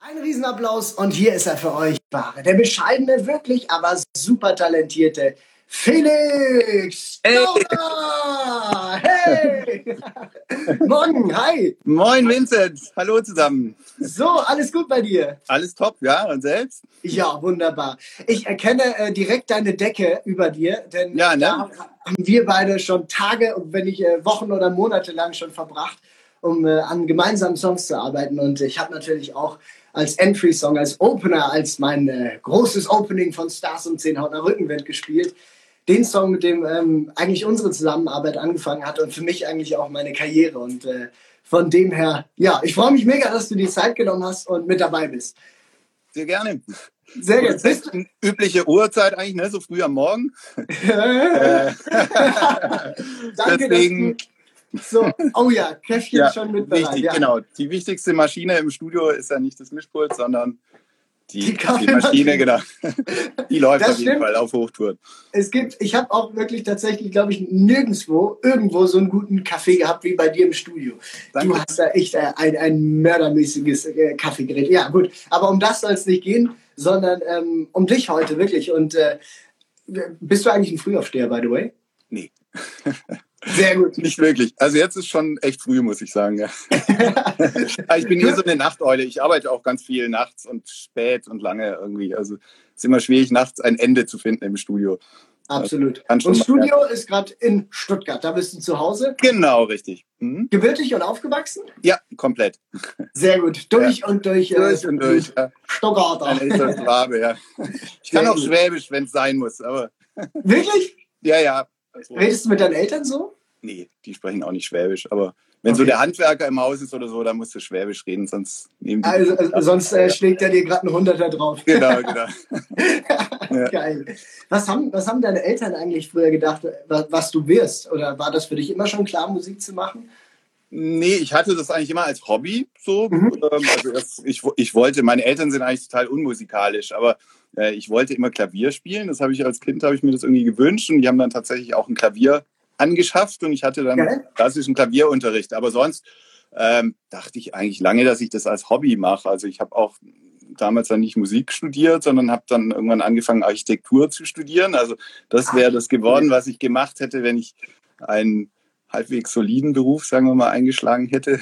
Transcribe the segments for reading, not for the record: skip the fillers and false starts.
Ein Riesenapplaus und hier ist er für euch. Der bescheidene, wirklich, aber super talentierte Felix Hey! Gauder! Hey! Morgen, hi! Moin Vincent, hallo zusammen. So, alles gut bei dir? Alles top, ja? Und selbst? Ja, wunderbar. Ich erkenne direkt deine Decke über dir, denn Ja, ne? da haben wir beide schon Tage, und wenn nicht Wochen oder Monate lang schon verbracht, um an gemeinsamen Songs zu arbeiten. Und ich habe natürlich auch als Entry-Song, als Opener, als mein großes Opening von Stars und 10 Hautner Rückenwind gespielt. Den Song, mit dem eigentlich unsere Zusammenarbeit angefangen hat und für mich eigentlich auch meine Karriere. Und von dem her, ja, ich freue mich mega, dass du die Zeit genommen hast und mit dabei bist. Sehr gerne. Sehr gerne. Das ist eine übliche Uhrzeit eigentlich, ne? So früh am Morgen. Danke, Deswegen, so, oh ja, Käffchen ja, schon mit bereit. wichtig, Ja. genau. Die wichtigste Maschine im Studio ist ja nicht das Mischpult, sondern die Kaffeemaschine. Maschine, genau. Die läuft Das auf jeden stimmt. Fall auf Hochtouren. Ich habe auch wirklich tatsächlich, glaube ich, irgendwo so einen guten Kaffee gehabt wie bei dir im Studio. Danke. Du hast da echt ein mördermäßiges Kaffeegerät. Ja, gut, aber um das soll es nicht gehen, sondern um dich heute wirklich. Und bist du eigentlich ein Frühaufsteher, by the way? Nee. Sehr gut. Nicht wirklich. Also jetzt ist schon echt früh, muss ich sagen. Ja. Ich bin so eine Nachteule. Ich arbeite auch ganz viel nachts und spät und lange irgendwie. Also es ist immer schwierig, nachts ein Ende zu finden im Studio. Absolut. Also, und Studio ist gerade in Stuttgart. Da bist du zu Hause. Genau, richtig. Mhm. Gebürtig und aufgewachsen? Ja, komplett. Sehr gut. Durch und durch. Durch und durch. Ja. Stuttgarter. Ein echter Schwabe, ja. Ich kann auch Schwäbisch, wenn es sein muss. Aber wirklich? ja, ja. Redest du mit deinen Eltern so? Nee, die sprechen auch nicht Schwäbisch. Aber wenn so der Handwerker im Haus ist oder so, dann musst du Schwäbisch reden, sonst nehmen die... Also sonst schlägt er dir gerade einen Hunderter drauf. Genau, genau. Ja. Geil. Was haben deine Eltern eigentlich früher gedacht, was du wirst? Oder war das für dich immer schon klar, Musik zu machen? Nee, ich hatte das eigentlich immer als Hobby so. Also ich wollte, meine Eltern sind eigentlich total unmusikalisch, aber ich wollte immer Klavier spielen. Das habe ich als Kind, habe ich mir das irgendwie gewünscht und die haben dann tatsächlich auch ein Klavier angeschafft und ich hatte dann klassischen Klavierunterricht. Aber sonst dachte ich eigentlich lange, dass ich das als Hobby mache. Also ich habe auch damals dann nicht Musik studiert, sondern habe dann irgendwann angefangen, Architektur zu studieren. Also das wäre das geworden, was ich gemacht hätte, wenn ich einen halbwegs soliden Beruf, sagen wir mal, eingeschlagen hätte.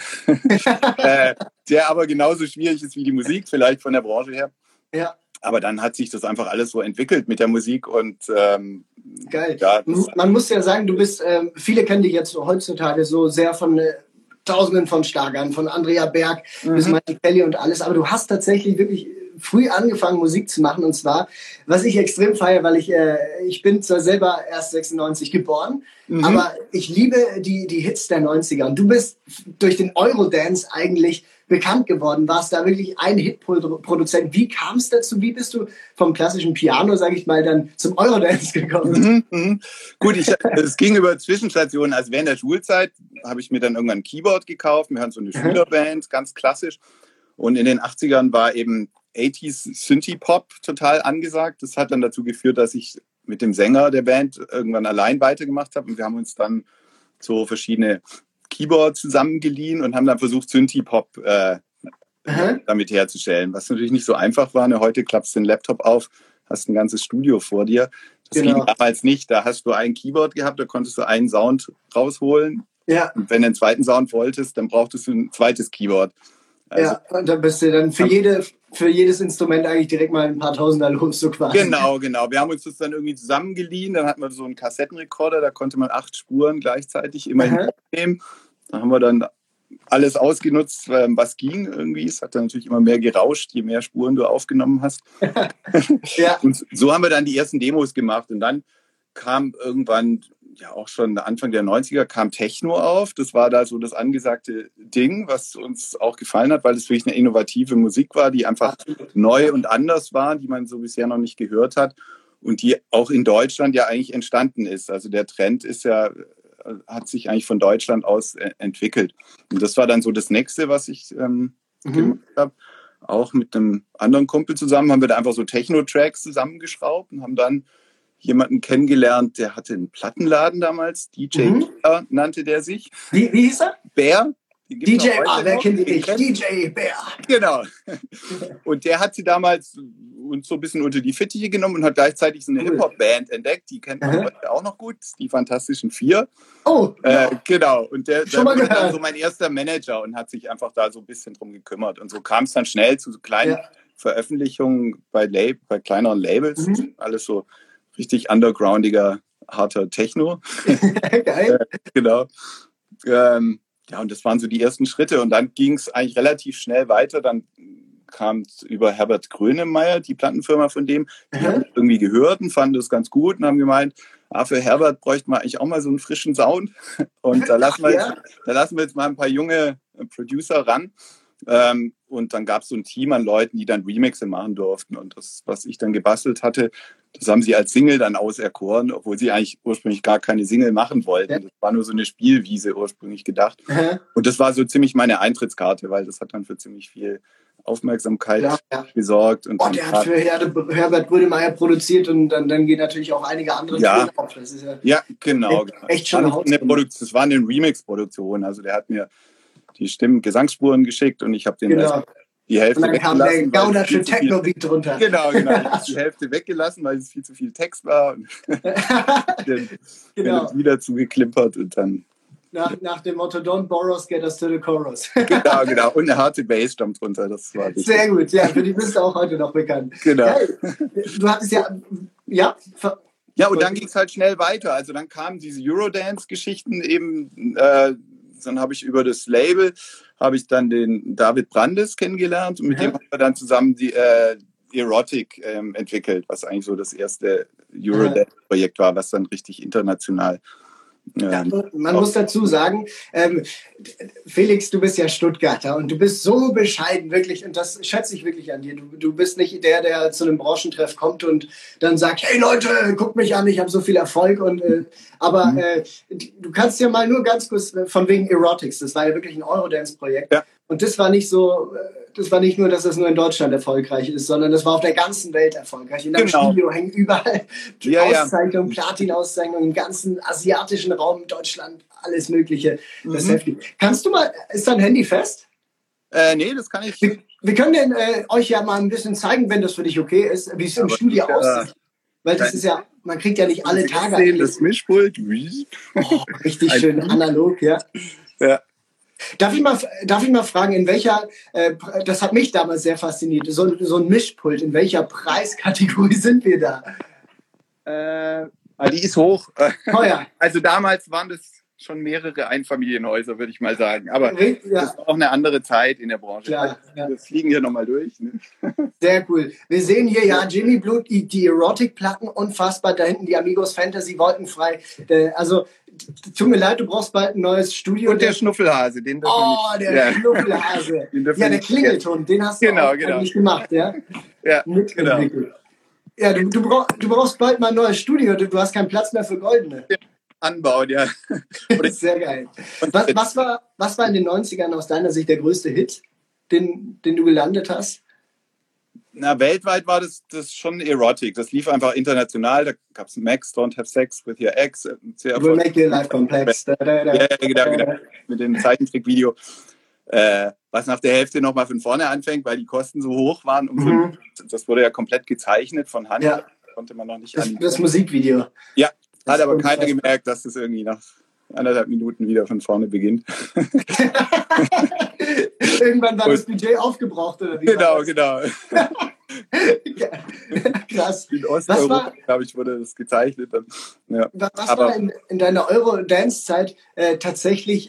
Der aber genauso schwierig ist wie die Musik, vielleicht von der Branche her. Ja. Aber dann hat sich das einfach alles so entwickelt mit der Musik und geil. Ja, man muss ja sagen, du bist, viele kennen dich jetzt heutzutage so sehr von Tausenden von Schlagern, von Andrea Berg bis Michael Kelly und alles, aber du hast tatsächlich wirklich früh angefangen, Musik zu machen, und zwar, was ich extrem feiere, weil ich bin zwar selber erst 96 geboren, aber ich liebe die Hits der 90er, und du bist durch den Eurodance eigentlich bekannt geworden, warst da wirklich ein Hitproduzent. Wie kam es dazu? Wie bist du vom klassischen Piano, sage ich mal, dann zum Eurodance gekommen? Gut, es ging über Zwischenstationen. Also während der Schulzeit habe ich mir dann irgendwann ein Keyboard gekauft. Wir hatten so eine Schülerband, ganz klassisch. Und in den 80ern war eben 80s Synthie-Pop total angesagt. Das hat dann dazu geführt, dass ich mit dem Sänger der Band irgendwann allein weitergemacht habe. Und wir haben uns dann so verschiedene Keyboard zusammengeliehen und haben dann versucht, Synthie-Pop damit herzustellen. Was natürlich nicht so einfach war. Heute klappst du den Laptop auf, hast ein ganzes Studio vor dir. Das ging damals nicht. Da hast du ein Keyboard gehabt, da konntest du einen Sound rausholen. Ja. Und wenn du einen zweiten Sound wolltest, dann brauchtest du ein zweites Keyboard. Also, ja, und dann bist du dann für jedes Instrument eigentlich direkt mal ein paar Tausender los, so quasi. Genau. Wir haben uns das dann irgendwie zusammengeliehen. Dann hatten wir so einen Kassettenrekorder, da konnte man 8 Spuren gleichzeitig immer nehmen. Da haben wir dann alles ausgenutzt, was ging irgendwie. Es hat dann natürlich immer mehr gerauscht, je mehr Spuren du aufgenommen hast. Ja. Und so haben wir dann die ersten Demos gemacht. Und dann kam irgendwann, ja auch schon Anfang der 90er, kam Techno auf. Das war da so das angesagte Ding, was uns auch gefallen hat, weil es wirklich eine innovative Musik war, die einfach neu und anders war, die man so bisher noch nicht gehört hat und die auch in Deutschland ja eigentlich entstanden ist. Also der Trend hat sich eigentlich von Deutschland aus entwickelt. Und das war dann so das Nächste, was ich gemacht habe. Auch mit einem anderen Kumpel zusammen haben wir da einfach so Techno-Tracks zusammengeschraubt und haben dann jemanden kennengelernt, der hatte einen Plattenladen damals, DJ Bär nannte der sich. Wie hieß er? Bär. Den gibt's DJ, noch heute wer noch. kennt ihn nicht? DJ Bär. Genau. Und der hat sie damals uns so ein bisschen unter die Fittiche genommen und hat gleichzeitig so eine Hip-Hop-Band entdeckt. Die kennt man heute auch noch gut, die Fantastischen Vier. Oh, genau. Und der war dann so mein erster Manager und hat sich einfach da so ein bisschen drum gekümmert. Und so kam es dann schnell zu so kleinen Veröffentlichungen bei kleineren Labels. Alles so richtig undergroundiger, harter Techno. Geil. Genau. Ja, und das waren so die ersten Schritte. Und dann ging es eigentlich relativ schnell weiter. Dann kam es über Herbert Grönemeyer, die Plattenfirma von dem. Die haben irgendwie gehört und fanden das ganz gut und haben gemeint, für Herbert bräuchte man eigentlich auch mal so einen frischen Sound. Und da lassen wir jetzt mal ein paar junge Producer ran. Und dann gab es so ein Team an Leuten, die dann Remixe machen durften. Und das, was ich dann gebastelt hatte, das haben sie als Single dann auserkoren, obwohl sie eigentlich ursprünglich gar keine Single machen wollten. Ja. Das war nur so eine Spielwiese ursprünglich gedacht. Und das war so ziemlich meine Eintrittskarte, weil das hat dann für ziemlich viel Aufmerksamkeit gesorgt. Und der hat für Herbert Grönemeyer produziert und dann gehen natürlich auch einige andere Töne auf. Das ist genau. Echt schon das war eine Remix-Produktion. Also der hat mir die Gesangsspuren geschickt und ich habe den die Hälfte weggelassen. Und dann kam der gaunersche Techno-Beat drunter. Genau. Ich habe die Hälfte weggelassen, weil es viel zu viel Text war. Und dann wieder zugeklimpert und dann... Nach dem Motto, don't borrow, get us to the chorus. Genau. Und eine harte Bass stammt drunter. Das war sehr gut, ja. Für die bist du auch heute noch bekannt. Genau. Ja, du hattest ja, und dann ging es halt schnell weiter. Also dann kamen diese Eurodance-Geschichten eben... dann habe ich über das Label dann den David Brandes kennengelernt und mit dem haben wir dann zusammen die Erotic entwickelt, was eigentlich so das erste Eurodance-Projekt war, was dann richtig international man muss dazu sagen, Felix, du bist ja Stuttgarter und du bist so bescheiden, wirklich, und das schätze ich wirklich an dir. Du bist nicht der zu einem Branchentreff kommt und dann sagt, hey Leute, guckt mich an, ich habe so viel Erfolg. Aber du kannst ja mal nur ganz kurz, von wegen Erotics, das war ja wirklich ein Eurodance-Projekt. Ja. Und das war nicht so, das war nicht nur, dass das nur in Deutschland erfolgreich ist, sondern das war auf der ganzen Welt erfolgreich. In deinem Studio hängen überall Auszeichnungen, Platin-Auszeichnungen, im ganzen asiatischen Raum, Deutschland, alles Mögliche. Das ist heftig. Kannst du mal, ist dein Handy fest? Nee, das kann ich. Wir können euch ja mal ein bisschen zeigen, wenn das für dich okay ist, wie es im Studio aussieht. Weil das ist ja, man kriegt ja nicht alle Tage. Sehen, das Mischpult. Richtig schön analog, ja. Darf ich mal fragen, in welcher, das hat mich damals sehr fasziniert, so ein Mischpult, in welcher Preiskategorie sind wir da? Die ist hoch. Teuer. Also damals waren das schon mehrere Einfamilienhäuser, würde ich mal sagen. Aber das ist auch eine andere Zeit in der Branche. Klar, Wir fliegen hier nochmal durch. Ne? Sehr cool. Wir sehen hier Jimmy Blut, die Erotic-Platten, unfassbar. Da hinten die Amigos Fantasy, wolkenfrei. Also, tut mir leid, du braust bald ein neues Studio. Und der Schnuffelhase, den Schnuffelhase. Der Klingelton, den hast du eigentlich gemacht, ja? Ja, genau. Ja, du brauchst bald mal ein neues Studio. Du hast keinen Platz mehr für Goldene. Anbauen, ja. Sehr geil. Was war in den 90ern aus deiner Sicht der größte Hit, den du gelandet hast? Na, weltweit war das schon Erotic. Das lief einfach international. Da gab es Max, Don't Have Sex with Your Ex. Will make your life complex. Ja, genau. Mit dem Zeichentrickvideo. Was nach der Hälfte nochmal von vorne anfängt, weil die Kosten so hoch waren. Das wurde ja komplett gezeichnet von Hand. Ja. Konnte man noch nicht das Musikvideo. Ja. Hat aber keiner gemerkt, dass das irgendwie nach 1,5 Minuten wieder von vorne beginnt. Irgendwann war das Budget aufgebraucht, oder wie? Genau. Krass. In Osteuropa, glaube ich, wurde das gezeichnet. Ja. Was war in deiner Eurodance-Zeit tatsächlich...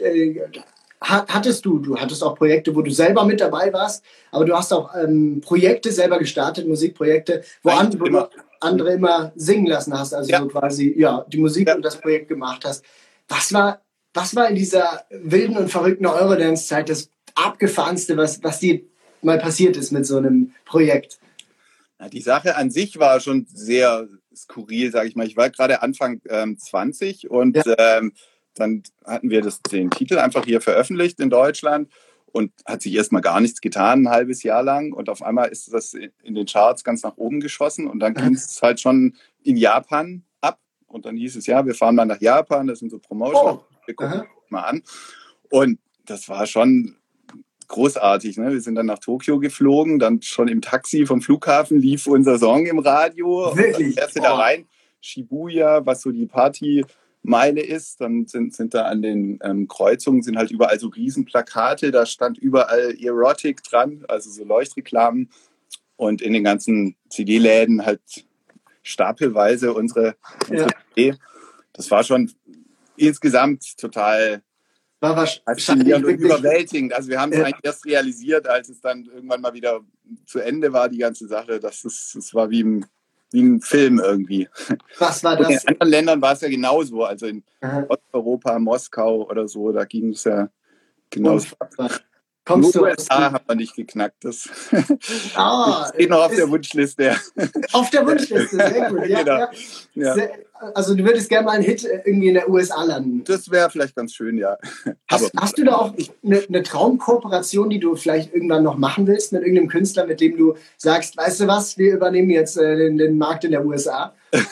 Du hattest auch Projekte, wo du selber mit dabei warst, aber du hast auch Projekte selber gestartet, Musikprojekte, wo andere immer singen lassen hast, also so quasi die Musik und das Projekt gemacht hast. Was war in dieser wilden und verrückten Eurodance-Zeit das Abgefahrenste, was dir mal passiert ist mit so einem Projekt? Na, die Sache an sich war schon sehr skurril, sage ich mal. Ich war gerade Anfang 20 und dann hatten wir den Titel einfach hier veröffentlicht in Deutschland und hat sich erstmal gar nichts getan, ein halbes Jahr lang. Und auf einmal ist das in den Charts ganz nach oben geschossen und dann ging es halt schon in Japan ab. Und dann hieß es, wir fahren mal nach Japan, das sind so Promotion, wir gucken uns mal an. Und das war schon großartig. Ne? Wir sind dann nach Tokio geflogen, dann schon im Taxi vom Flughafen lief unser Song im Radio. Wirklich? Dann fährst du da rein, Shibuya, was so die Partymeile ist. Dann sind da an den Kreuzungen sind halt überall so Riesenplakate. Da stand überall Erotic dran, also so Leuchtreklamen. Und in den ganzen CD-Läden halt stapelweise unsere CD. Das war schon insgesamt total faszinierend und überwältigend. Also wir haben es eigentlich erst realisiert, als es dann irgendwann mal wieder zu Ende war, die ganze Sache. Das war wie ein Film irgendwie. Was war das? Und in anderen Ländern war es ja genauso. Also in Osteuropa, Moskau oder so, da ging es ja genauso. Kommst du USA hat man nicht geknackt. Das steht noch auf der Wunschliste. Auf der Wunschliste, sehr gut. Ja, genau. Ja. Also du würdest gerne mal einen Hit irgendwie in der USA landen. Das wäre vielleicht ganz schön, ja. Hast du da auch eine Traumkooperation, die du vielleicht irgendwann noch machen willst mit irgendeinem Künstler, mit dem du sagst, weißt du was, wir übernehmen jetzt den Markt in der USA?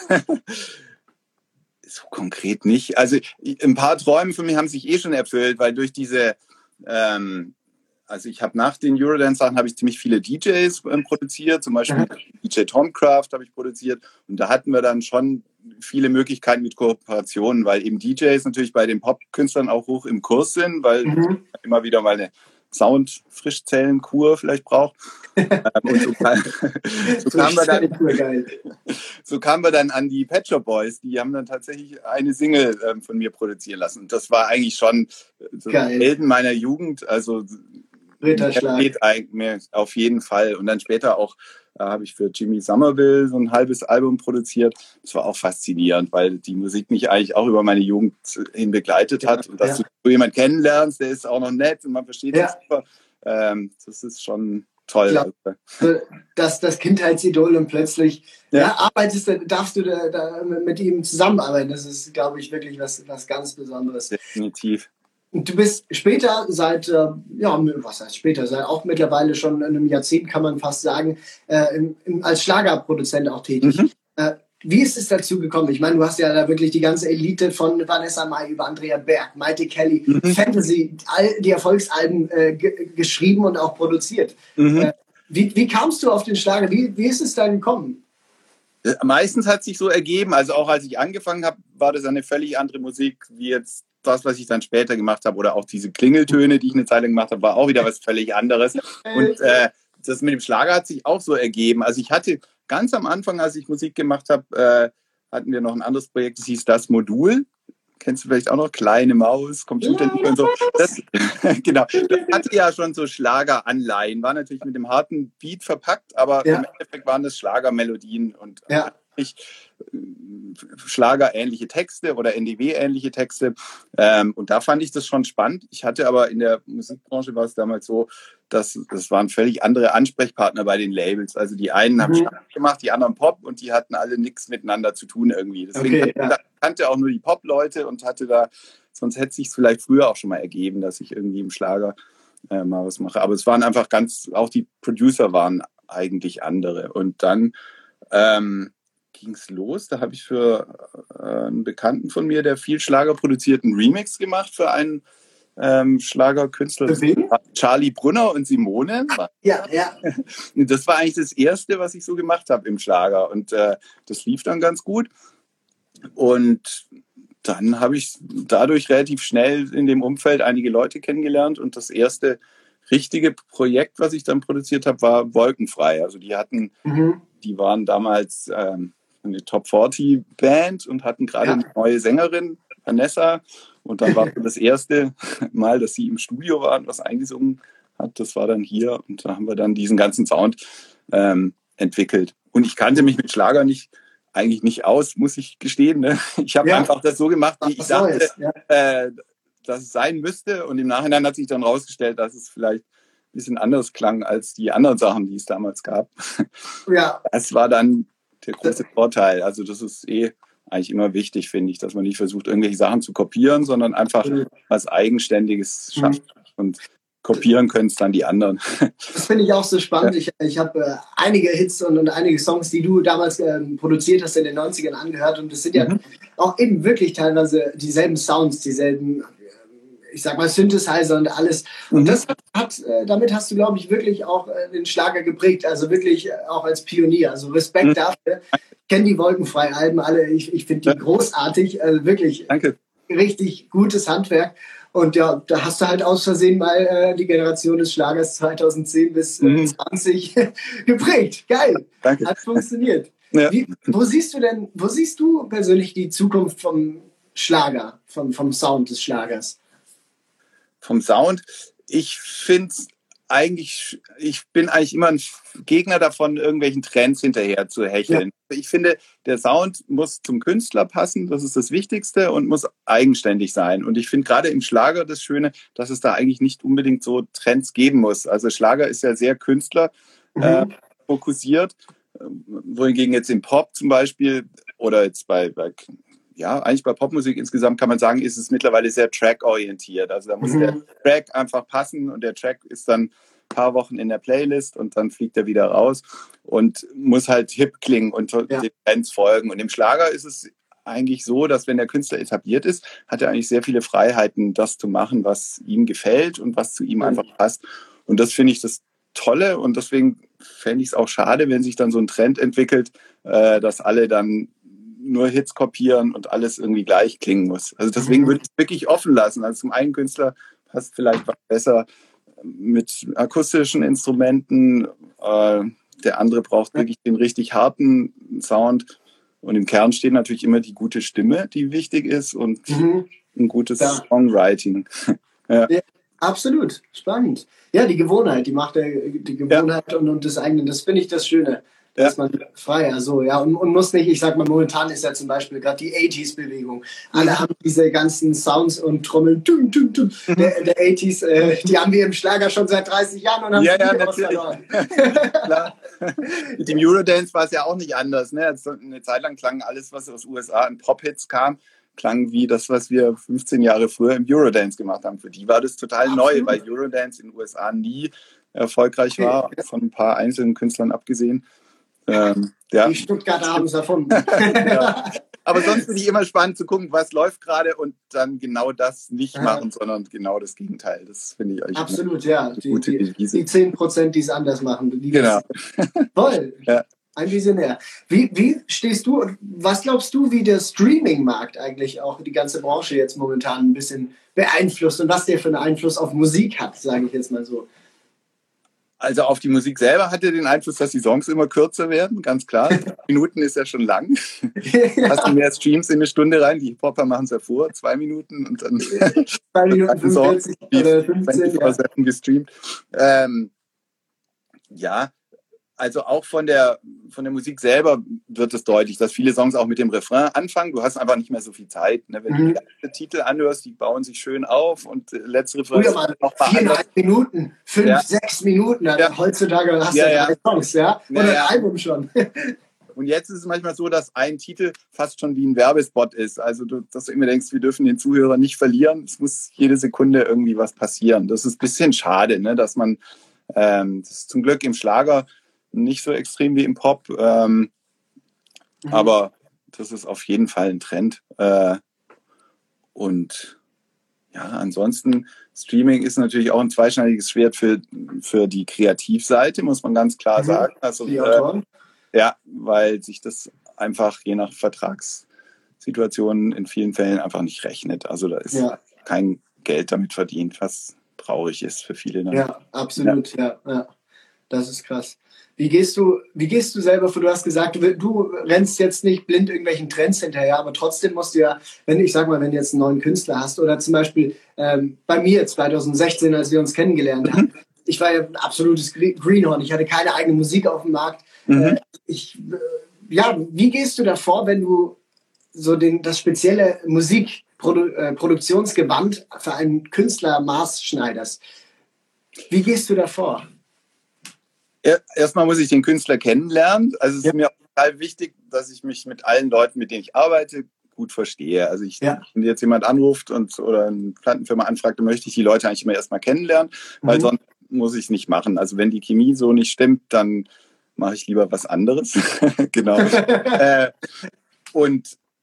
So konkret nicht. Also ein paar Träume von mir haben sich schon erfüllt, weil durch diese also ich habe nach den Eurodance-Sachen habe ich ziemlich viele DJs produziert, zum Beispiel DJ Tomcraft habe ich produziert und da hatten wir dann schon viele Möglichkeiten mit Kooperationen, weil eben DJs natürlich bei den Popkünstlern auch hoch im Kurs sind, weil immer wieder mal eine Sound-Frischzellenkur vielleicht braucht. Und so kamen wir dann an die Pet Shop Boys, die haben dann tatsächlich eine Single von mir produzieren lassen. Und das war eigentlich schon so Helden meiner Jugend, also geht eigentlich auf jeden Fall. Und dann später auch habe ich für Jimmy Somerville so ein halbes Album produziert. Das war auch faszinierend, weil die Musik mich eigentlich auch über meine Jugend hin begleitet hat. Und dass du jemanden kennenlernst, der ist auch noch nett und man versteht sich super. Das ist schon toll. Das Kindheitsidol und plötzlich darfst du da mit ihm zusammenarbeiten. Das ist, glaube ich, wirklich was ganz Besonderes. Definitiv. Und du bist später seit auch mittlerweile schon in einem Jahrzehnt, kann man fast sagen, als Schlagerproduzent auch tätig. Wie ist es dazu gekommen? Ich meine, du hast ja da wirklich die ganze Elite von Vanessa Mai über Andrea Berg, Maite Kelly, Fantasy, all die Erfolgsalben geschrieben und auch produziert. Wie kamst du auf den Schlager? Wie ist es da gekommen? Meistens hat sich so ergeben, also auch als ich angefangen habe, war das eine völlig andere Musik wie jetzt das, was ich dann später gemacht habe, oder auch diese Klingeltöne, die ich eine Zeit lang gemacht habe, war auch wieder was völlig anderes. Und das mit dem Schlager hat sich auch so ergeben. Also ich hatte ganz am Anfang, als ich Musik gemacht habe, hatten wir noch ein anderes Projekt, das hieß Das Modul. Kennst du vielleicht auch noch? Kleine Maus, Computer und so. Genau, das hatte ja schon so Schlageranleihen, war natürlich mit dem harten Beat verpackt, aber im Endeffekt waren das Schlagermelodien und Schlagerähnliche Texte oder NDW-ähnliche Texte. Und da fand ich das schon spannend. Ich hatte aber in der Musikbranche war es damals so, dass das waren völlig andere Ansprechpartner bei den Labels. Also die einen haben Schlager gemacht, die anderen Pop und die hatten alle nichts miteinander zu tun irgendwie. Deswegen kannte auch nur die Pop-Leute und hatte da, sonst hätte es sich vielleicht früher auch schon mal ergeben, dass ich irgendwie im Schlager mal was mache. Aber es waren einfach auch die Producer waren eigentlich andere. Und dann ging es los. Da habe ich für einen Bekannten von mir, der viel Schlager produziert, einen Remix gemacht für einen Schlagerkünstler. Charlie Brunner und Simone. Das war eigentlich das Erste, was ich so gemacht habe im Schlager. Und das lief dann ganz gut. Und dann habe ich dadurch relativ schnell in dem Umfeld einige Leute kennengelernt. Und das erste richtige Projekt, was ich dann produziert habe, war Wolkenfrei. Also die waren damals eine Top-40-Band und hatten gerade eine neue Sängerin, Vanessa. Und dann war das erste Mal, dass sie im Studio waren, was eingesungen hat. Das war dann hier. Und da haben wir dann diesen ganzen Sound entwickelt. Und ich kannte mich mit Schlager eigentlich nicht aus, muss ich gestehen. Ne? Ich habe einfach das so gemacht, wie ich dachte, dass es sein müsste. Und im Nachhinein hat sich dann rausgestellt, dass es vielleicht ein bisschen anders klang als die anderen Sachen, die es damals gab. Das war dann der große Vorteil. Also das ist eigentlich immer wichtig, finde ich, dass man nicht versucht, irgendwelche Sachen zu kopieren, sondern einfach was Eigenständiges schafft. Und kopieren können es dann die anderen. Das finde ich auch so spannend. Ich habe einige Hits und einige Songs, die du damals produziert hast in den 90ern angehört. Und das sind ja auch eben wirklich teilweise dieselben Sounds, dieselben ich sag mal, Synthesizer und alles. Und das damit hast du, glaube ich, wirklich auch den Schlager geprägt, also wirklich auch als Pionier. Also Respekt dafür. Ich kenne die Wolkenfrei-Alben alle, ich finde die großartig, also wirklich Danke. Richtig gutes Handwerk. Und ja, da hast du halt aus Versehen mal die Generation des Schlagers 2010 bis 20 geprägt. Geil. Danke. Hat funktioniert. Ja. Wo siehst du persönlich die Zukunft vom Schlager, vom Sound des Schlagers? Vom Sound? Ich bin eigentlich immer ein Gegner davon, irgendwelchen Trends hinterher zu hecheln. Ja. Ich finde, der Sound muss zum Künstler passen, das ist das Wichtigste, und muss eigenständig sein. Und ich finde gerade im Schlager das Schöne, dass es da eigentlich nicht unbedingt so Trends geben muss. Also Schlager ist ja sehr Künstler fokussiert, wohingegen jetzt im Pop zum Beispiel oder jetzt eigentlich bei Popmusik insgesamt kann man sagen, ist es mittlerweile sehr track-orientiert. Also da muss der Track einfach passen und der Track ist dann ein paar Wochen in der Playlist und dann fliegt er wieder raus und muss halt hip klingen und den Trends folgen. Und im Schlager ist es eigentlich so, dass wenn der Künstler etabliert ist, hat er eigentlich sehr viele Freiheiten, das zu machen, was ihm gefällt und was zu ihm einfach passt. Und das finde ich das Tolle und deswegen fände ich es auch schade, wenn sich dann so ein Trend entwickelt, dass alle dann nur Hits kopieren und alles irgendwie gleich klingen muss. Also deswegen würde ich es wirklich offen lassen. Also zum einen Künstler passt vielleicht was besser mit akustischen Instrumenten. Der andere braucht wirklich den richtig harten Sound. Und im Kern steht natürlich immer die gute Stimme, die wichtig ist und ein gutes Songwriting. Ja, absolut. Spannend. Ja, die Gewohnheit, die Macht die Gewohnheit und das eigene, das finde ich das Schöne. Da ist man freier, so, ja. Und muss nicht, ich sag mal, momentan ist ja zum Beispiel gerade die 80s-Bewegung. Alle haben diese ganzen Sounds und Trommeln, der 80s, die haben wir im Schlager schon seit 30 Jahren und haben natürlich verloren. Klar. Mit dem Eurodance war es ja auch nicht anders, ne? Also eine Zeit lang klang alles, was aus USA an Pop-Hits kam, klang wie das, was wir 15 Jahre früher im Eurodance gemacht haben. Für die war das total neu, weil Eurodance in den USA nie erfolgreich war, von ein paar einzelnen Künstlern abgesehen. Die Stuttgarter haben es erfunden. Aber sonst finde ich immer spannend zu gucken, was läuft gerade und dann genau das nicht machen, sondern genau das Gegenteil. Das finde ich eigentlich absolut, eine gute Devise. Die 10%, die es anders machen. Genau. Toll. Ja. Ein Visionär. Wie stehst du, was glaubst du, wie der Streaming-Markt eigentlich auch die ganze Branche jetzt momentan ein bisschen beeinflusst und was der für einen Einfluss auf Musik hat, sage ich jetzt mal so? Also auf die Musik selber hat er den Einfluss, dass die Songs immer kürzer werden, ganz klar. 2 Minuten ist ja schon lang. Hast du mehr Streams in eine Stunde rein, die Hip-Hopper machen es ja vor, 2 Minuten und dann 2 Minuten 45 oder 15 gestreamt. Also auch von der Musik selber wird es deutlich, dass viele Songs auch mit dem Refrain anfangen. Du hast einfach nicht mehr so viel Zeit. Ne? Wenn du die ganzen Titel anhörst, die bauen sich schön auf und letzte Refrain ist noch 4,5 Minuten, 5, 6 Minuten. Heutzutage hast du 3 Songs, oder ein Album schon. Und jetzt ist es manchmal so, dass ein Titel fast schon wie ein Werbespot ist. Also, dass du immer denkst, wir dürfen den Zuhörer nicht verlieren. Es muss jede Sekunde irgendwie was passieren. Das ist ein bisschen schade, ne? Dass man, das ist zum Glück im Schlager nicht so extrem wie im Pop, aber das ist auf jeden Fall ein Trend. Und ja, ansonsten, Streaming ist natürlich auch ein zweischneidiges Schwert für die Kreativseite, muss man ganz klar sagen. Also, weil sich das einfach je nach Vertragssituationen in vielen Fällen einfach nicht rechnet. Also da ist kein Geld damit verdient, was traurig ist für viele. Ja, absolut, ja. Das ist krass. Wie gehst du selber vor? Du hast gesagt, du rennst jetzt nicht blind irgendwelchen Trends hinterher, aber trotzdem musst du ja, wenn du jetzt einen neuen Künstler hast oder zum Beispiel bei mir 2016, als wir uns kennengelernt haben, ich war ja ein absolutes Greenhorn, ich hatte keine eigene Musik auf dem Markt. Wie gehst du davor, wenn du so das spezielle Musikproduktionsgewand für einen Künstler maßschneiderst? Wie gehst du davor? Erstmal muss ich den Künstler kennenlernen. Also es ist mir auch total wichtig, dass ich mich mit allen Leuten, mit denen ich arbeite, gut verstehe. Also wenn jetzt jemand anruft oder eine Plattenfirma anfragt, dann möchte ich die Leute eigentlich immer erstmal kennenlernen, weil sonst muss ich es nicht machen. Also wenn die Chemie so nicht stimmt, dann mache ich lieber was anderes. Genau. Und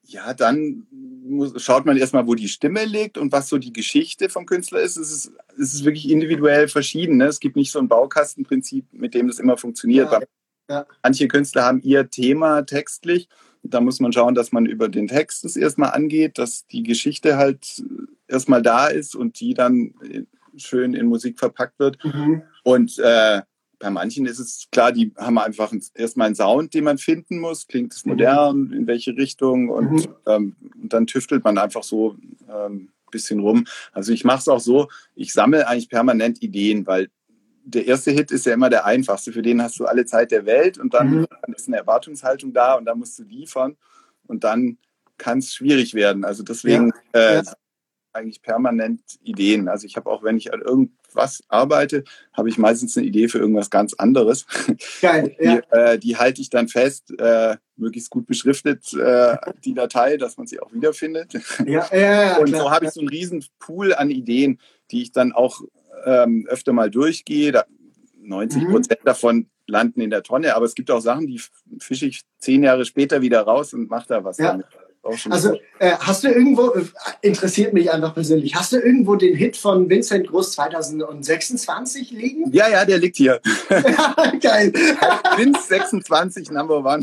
Ja, dann schaut man erstmal, wo die Stimme liegt und was so die Geschichte vom Künstler ist. Es ist wirklich individuell verschieden. Ne? Es gibt nicht so ein Baukastenprinzip, mit dem das immer funktioniert. Ja. Manche Künstler haben ihr Thema textlich. Da muss man schauen, dass man über den Text das erstmal angeht, dass die Geschichte halt erstmal da ist und die dann schön in Musik verpackt wird. Mhm. Und bei manchen ist es klar, die haben einfach erstmal einen Sound, den man finden muss. Klingt es modern, in welche Richtung? Und dann tüftelt man einfach so ein bisschen rum. Also ich mache es auch so, ich sammle eigentlich permanent Ideen, weil der erste Hit ist ja immer der einfachste. Für den hast du alle Zeit der Welt und dann ist eine Erwartungshaltung da und dann musst du liefern und dann kann es schwierig werden. Also deswegen eigentlich permanent Ideen. Also ich habe auch, wenn ich an irgendwas arbeite, habe ich meistens eine Idee für irgendwas ganz anderes. Geil, die halte ich dann fest, möglichst gut beschriftet, die Datei, dass man sie auch wiederfindet. Und so habe ich so einen riesen Pool an Ideen, die ich dann auch öfter mal durchgehe. 90% davon landen in der Tonne, aber es gibt auch Sachen, die fische ich 10 Jahre später wieder raus und mache da was damit. Also hast du irgendwo, interessiert mich einfach persönlich, hast du irgendwo den Hit von Vincent Groß 2026 liegen? Ja, der liegt hier. Geil. Vince 26, Number One.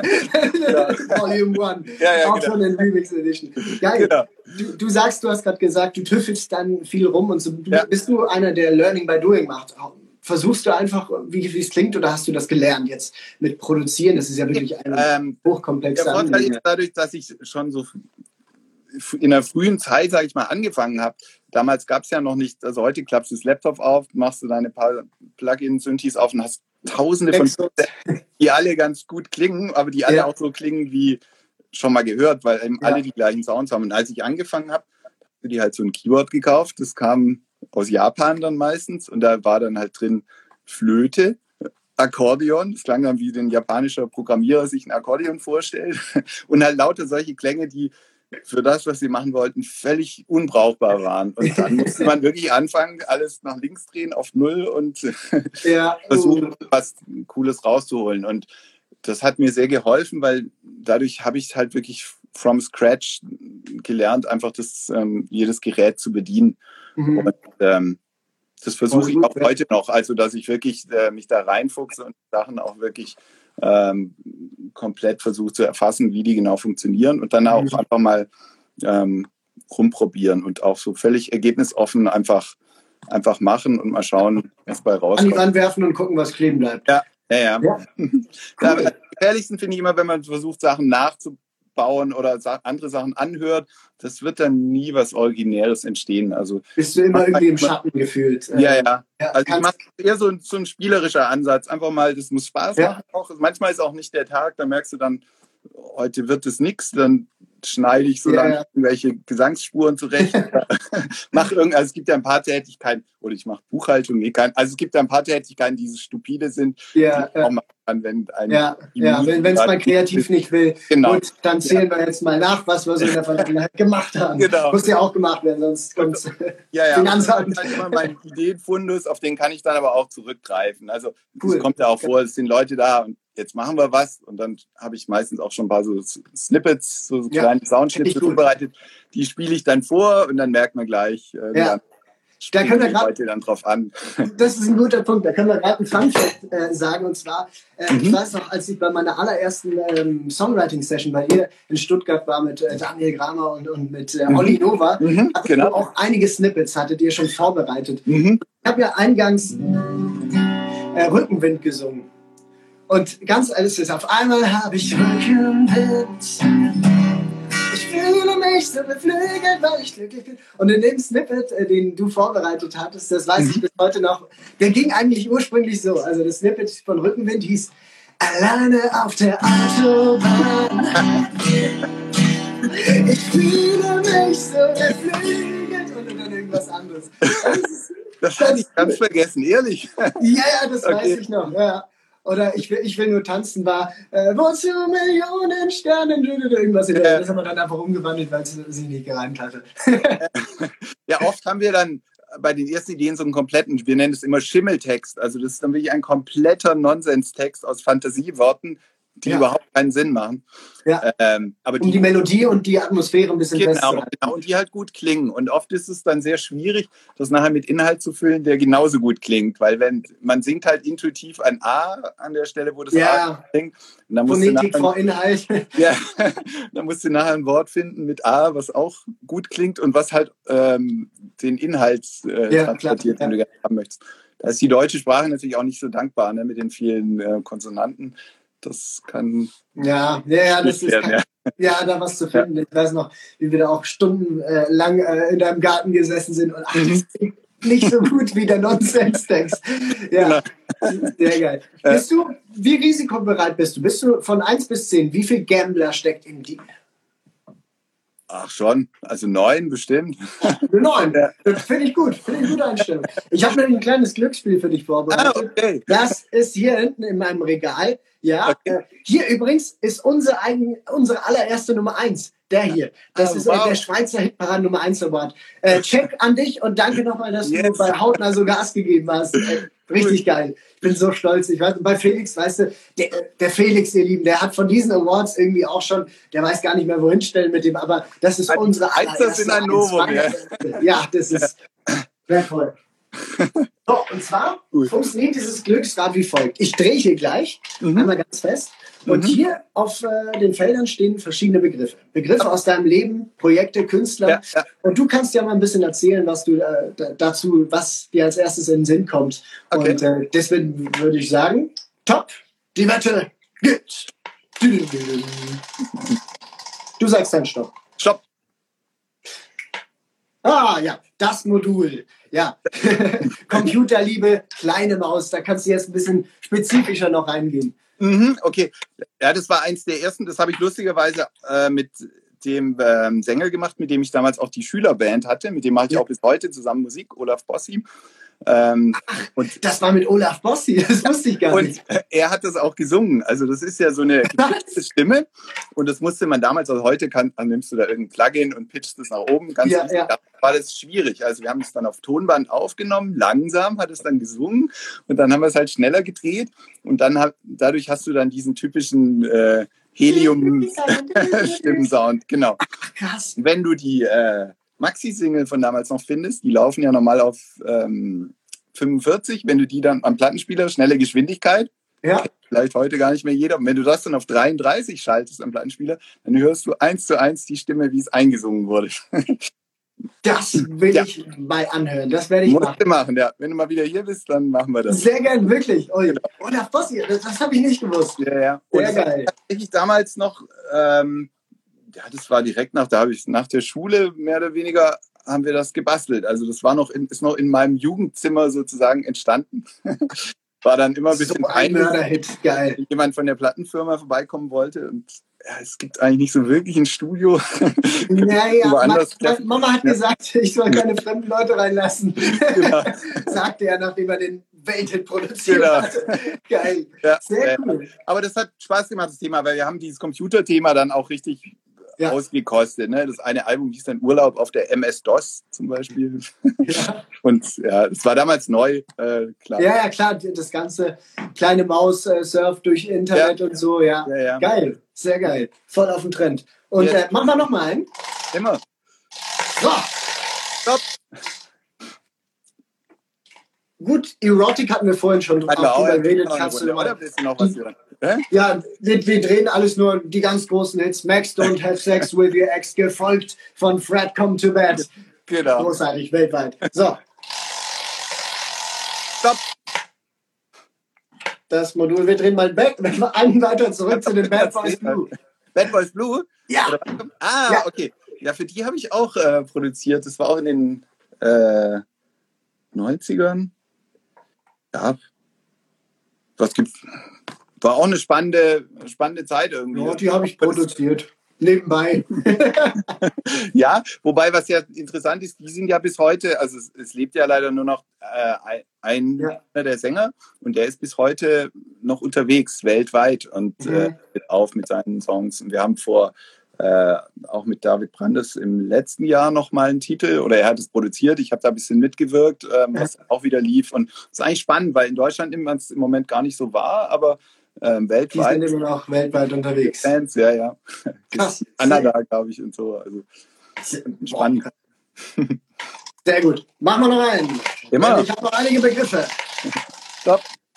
Volume 1. Auch genau. Schon in Remix Edition. Geil. Genau. Du sagst, du hast gerade gesagt, du tüffelst dann viel rum und so. Bist du einer, der Learning by Doing macht? Versuchst du einfach, wie es klingt, oder hast du das gelernt jetzt mit Produzieren? Das ist ja wirklich eine hochkomplexe Der Vorteil ist dadurch, dass ich schon so in der frühen Zeit, sage ich mal, angefangen habe. Damals gab es ja noch nicht, also heute klappst du das Laptop auf, machst du deine paar Plugin-Synthes auf und hast tausende von die alle ganz gut klingen, aber die alle auch so klingen wie schon mal gehört, weil eben alle die gleichen Sounds haben. Und als ich angefangen habe, habe ich die halt so ein Keyboard gekauft, das kam aus Japan dann meistens und da war dann halt drin Flöte, Akkordeon, das klang dann wie ein japanischer Programmierer sich ein Akkordeon vorstellt und halt lauter solche Klänge, die für das, was sie machen wollten, völlig unbrauchbar waren. Und dann musste man wirklich anfangen, alles nach links drehen auf Null und versuchen, was Cooles rauszuholen. Und das hat mir sehr geholfen, weil dadurch habe ich halt wirklich from scratch gelernt, einfach jedes Gerät zu bedienen. Und das versuche ich auch heute noch, also dass ich wirklich mich da reinfuchse und Sachen auch wirklich komplett versuche zu erfassen, wie die genau funktionieren und dann auch einfach mal rumprobieren und auch so völlig ergebnisoffen einfach machen und mal schauen, was bei rauskommt. An die Wand werfen und gucken, was kleben bleibt. Ja. Cool. Am gefährlichsten finde ich immer, wenn man versucht, Sachen nachzubauen oder andere Sachen anhört, das wird dann nie was Originäres entstehen. Also bist du immer irgendwie im Schatten gefühlt? Ja. Also ich mache eher so ein spielerischer Ansatz. Einfach mal, das muss Spaß machen auch. Manchmal ist auch nicht der Tag, da merkst du dann, heute wird es nichts, dann schneide ich so lange irgendwelche Gesangsspuren zurecht. Also es gibt ja ein paar Tätigkeiten, oder ich mache Buchhaltung, also es gibt ja ein paar Tätigkeiten, die so stupide sind, die auch machen kann, wenn wenn es mal kreativ nicht will. Genau. Gut, dann zählen wir jetzt mal nach, was wir so in der Vergangenheit gemacht haben. Genau. Muss ja auch gemacht werden, sonst kommt es Finanzamt. Das ist halt immer mein Ideenfundus, auf den kann ich dann aber auch zurückgreifen. Also es kommt ja auch vor, es sind Leute da und jetzt machen wir was und dann habe ich meistens auch schon ein paar so Snippets, so kleine Soundschnipsel vorbereitet. Die spiele ich dann vor und dann merkt man gleich, da können wir die Leute dann drauf an. Das ist ein guter Punkt. Da können wir gerade einen Fun-Fact sagen. Und zwar, ich weiß noch, als ich bei meiner allerersten Songwriting-Session bei ihr in Stuttgart war mit Daniel Gramer und mit Olli Nova, hattet ihr auch einige Snippets, hattet ihr schon vorbereitet. Ich habe ja eingangs Rückenwind gesungen. Und ganz alles ist, auf einmal habe ich Rückenwind. Ich fühle mich so beflügelt, weil ich glücklich bin. Und in dem Snippet, den du vorbereitet hattest, das weiß ich bis heute noch, der ging eigentlich ursprünglich so. Also das Snippet von Rückenwind hieß Alleine auf der Autobahn. Ich fühle mich so beflügelt. Und dann irgendwas anderes. Das hatte ich ganz vergessen, ehrlich. Ja, das weiß ich noch. Ja. Oder ich will nur tanzen war, wozu Millionen Sternen, irgendwas. Das haben wir dann einfach umgewandelt, weil es sich nicht gereimt hatte. Ja, oft haben wir dann bei den ersten Ideen so einen kompletten, wir nennen es immer Schimmeltext. Also das ist dann wirklich ein kompletter Nonsenstext aus Fantasieworten, die überhaupt keinen Sinn machen. Ja. Aber die Melodie und die Atmosphäre ein bisschen genau, und die halt gut klingen. Und oft ist es dann sehr schwierig, das nachher mit Inhalt zu füllen, der genauso gut klingt. Weil wenn man singt halt intuitiv ein A an der Stelle, wo das A klingt. Und dann Phonetik vor Inhalt. Ja, dann musst du nachher ein Wort finden mit A, was auch gut klingt und was halt den Inhalt transportiert, den du gerne haben möchtest. Da ist die deutsche Sprache natürlich auch nicht so dankbar, ne, mit den vielen Konsonanten. Das kann. Das ist da was zu finden. Ja. Ich weiß noch, wie wir da auch stundenlang in deinem Garten gesessen sind und das klingt nicht so gut wie der Nonsense-Text. Ja, sehr geil. Wie risikobereit bist du? Bist du von 1 bis 10? Wie viel Gambler steckt in dir? Ach schon, also 9 bestimmt. 9, das finde ich gut. Finde ich eine gute Einstellung. Ich habe nämlich ein kleines Glücksspiel für dich vorbereitet. Okay. Das ist hier hinten in meinem Regal. Ja, okay. Hier übrigens ist unsere allererste Nummer 1. Der hier. Das ist der Schweizer Hitparade Nummer 1 Award. Check an dich und danke nochmal, dass du bei Hautnah so Gas gegeben hast. Richtig geil. Ich bin so stolz. Ich weiß, bei Felix, weißt du, der Felix, ihr Lieben, der hat von diesen Awards irgendwie auch schon, der weiß gar nicht mehr, wohin stellen mit dem, aber das ist unsere allererste. Ja, das ist wertvoll. So, und zwar funktioniert dieses Glücksrad wie folgt. Ich drehe hier gleich, einmal ganz fest. Und hier auf den Feldern stehen verschiedene Begriffe. Begriffe aus deinem Leben, Projekte, Künstler. Ja. Und du kannst ja mal ein bisschen erzählen, was du was dir als erstes in den Sinn kommt. Okay. Und deswegen würde ich sagen, top, die Wette geht. Du sagst dann Stopp. Stopp. Ja, das Modul. Ja, Computerliebe, kleine Maus, da kannst du jetzt ein bisschen spezifischer noch reingehen. Okay, ja, das war eins der ersten, das habe ich lustigerweise mit dem Sänger gemacht, mit dem ich damals auch die Schülerband hatte, mit dem mache ich auch bis heute zusammen Musik, Olaf Bossi. Und das war mit Olaf Bossi, das wusste ich gar nicht. Und er hat das auch gesungen, also das ist ja so eine Stimme und das musste man damals, also heute nimmst du da irgendein Plugin und pitchst es nach oben, ganz da war das schwierig, also wir haben es dann auf Tonband aufgenommen, langsam hat es dann gesungen und dann haben wir es halt schneller gedreht und dann dadurch hast du dann diesen typischen Helium-Stimmensound, genau. Ach, krass. Wenn du die Maxi-Single von damals noch findest, die laufen ja normal auf 45, wenn du die dann am Plattenspieler, schnelle Geschwindigkeit, vielleicht heute gar nicht mehr jeder, und wenn du das dann auf 33 schaltest am Plattenspieler, dann hörst du 1:1 die Stimme, wie es eingesungen wurde. Das will ich mal anhören, das werde ich machen. Ja. Wenn du mal wieder hier bist, dann machen wir das. Sehr gern, wirklich. Olaf Bossi, das habe ich nicht gewusst. Ja. Sehr geil. Ich damals noch das war direkt nach der Schule mehr oder weniger haben wir das gebastelt. Also das ist noch in meinem Jugendzimmer sozusagen entstanden. War dann immer ein bisschen Mörderhit, geil. Wenn jemand von der Plattenfirma vorbeikommen wollte und es gibt eigentlich nicht so wirklich ein Studio. Mama hat gesagt, ich soll keine fremden Leute reinlassen. Genau. Sagte er, nachdem er den Welthit produziert hat. Geil. Ja, sehr cool. Aber das hat Spaß gemacht, das Thema, weil wir haben dieses Computerthema dann auch richtig ausgekostet. Ne? Das eine Album hieß dann Urlaub auf der MS-DOS zum Beispiel. Ja. Und das war damals neu, klar. Ja, klar, das ganze kleine Maus surft durch Internet und so, ja. Geil, sehr geil. Voll auf den Trend. Und machen wir noch mal einen. Immer. So. Stopp. Gut, Erotik hatten wir vorhin schon drüber geredet. Oder willst du noch was hören? Ja, wir drehen alles nur die ganz großen Hits. Max, Don't Have Sex With Your Ex, gefolgt von Fred, Come to Bed. Genau. Großartig, weltweit. So. Stopp. Das Modul, wir drehen mal einen weiter zurück zu den Bad Boys Blue. Bad Boys Blue? Ja. Okay. Ja, für die habe ich auch produziert. Das war auch in den 90ern. Ja. Was gibt's? War auch eine spannende Zeit irgendwie. Ja, die habe ich produziert. Nebenbei. Ja, wobei, was ja interessant ist, die sind ja bis heute, also es lebt ja leider nur noch der Sänger und der ist bis heute noch unterwegs, weltweit und auf mit seinen Songs. Und wir haben auch mit David Brandes im letzten Jahr nochmal einen Titel, oder er hat es produziert, ich habe da ein bisschen mitgewirkt, was auch wieder lief. Und es ist eigentlich spannend, weil in Deutschland nimmt man es im Moment gar nicht so wahr, aber weltweit. Die sind immer noch weltweit unterwegs. Fans, ja. Krass. Kanada, glaube ich, und so. Also spannend. Sehr gut. Machen wir noch einen. Immer. Ich habe noch einige Begriffe. Stopp.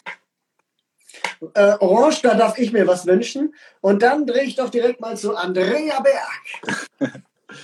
Orange, da darf ich mir was wünschen. Und dann drehe ich doch direkt mal zu Andrea Berg.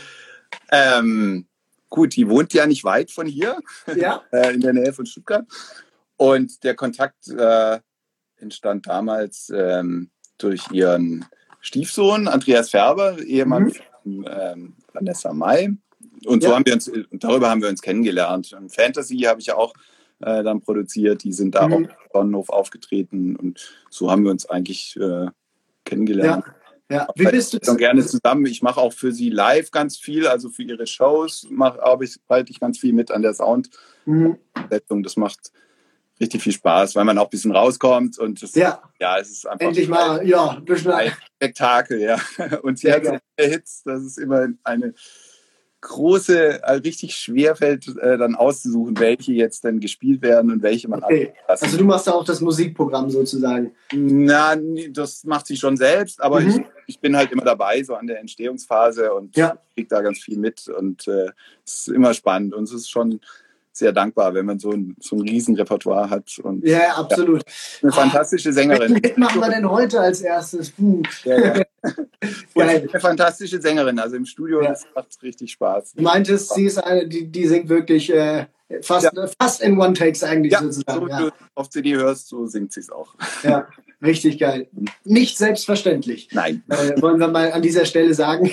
Gut, die wohnt ja nicht weit von hier, Ja. In der Nähe von Stuttgart. Und der Kontakt entstand damals durch ihren Stiefsohn Andreas Färber, Ehemann von Vanessa Mai. Und so darüber haben wir uns kennengelernt. Und Fantasy habe ich ja auch dann produziert. Die sind da auch im Sonnenhof aufgetreten. Und so haben wir uns eigentlich kennengelernt. Ja. Wie bist du dann gerne zusammen. Ich mache auch für sie live ganz viel, also für ihre Shows halte ich ganz viel mit an der Soundsetzung. Das macht richtig viel Spaß, weil man auch ein bisschen rauskommt und es ist einfach endlich mal, ein Spektakel, ja. Und sie hat so viele Hits, das ist immer eine große, richtig schwer fällt, dann auszusuchen, welche jetzt denn gespielt werden und welche man anpassen. Also du machst da auch das Musikprogramm sozusagen? Na, das macht sie schon selbst, aber ich bin halt immer dabei, so an der Entstehungsphase und kriege da ganz viel mit und es ist immer spannend und es ist schon sehr dankbar, wenn man so ein Riesenrepertoire hat. Und, ja, absolut. Eine fantastische Sängerin. Was machen wir denn heute als erstes? Geil. Eine fantastische Sängerin, also im Studio das macht richtig Spaß. Du meintest, sie ist eine, die singt wirklich fast in One-Takes eigentlich sozusagen. So wie du auf CD hörst, so singt sie es auch. Ja, richtig geil. Nicht selbstverständlich. Nein. Wollen wir mal an dieser Stelle sagen.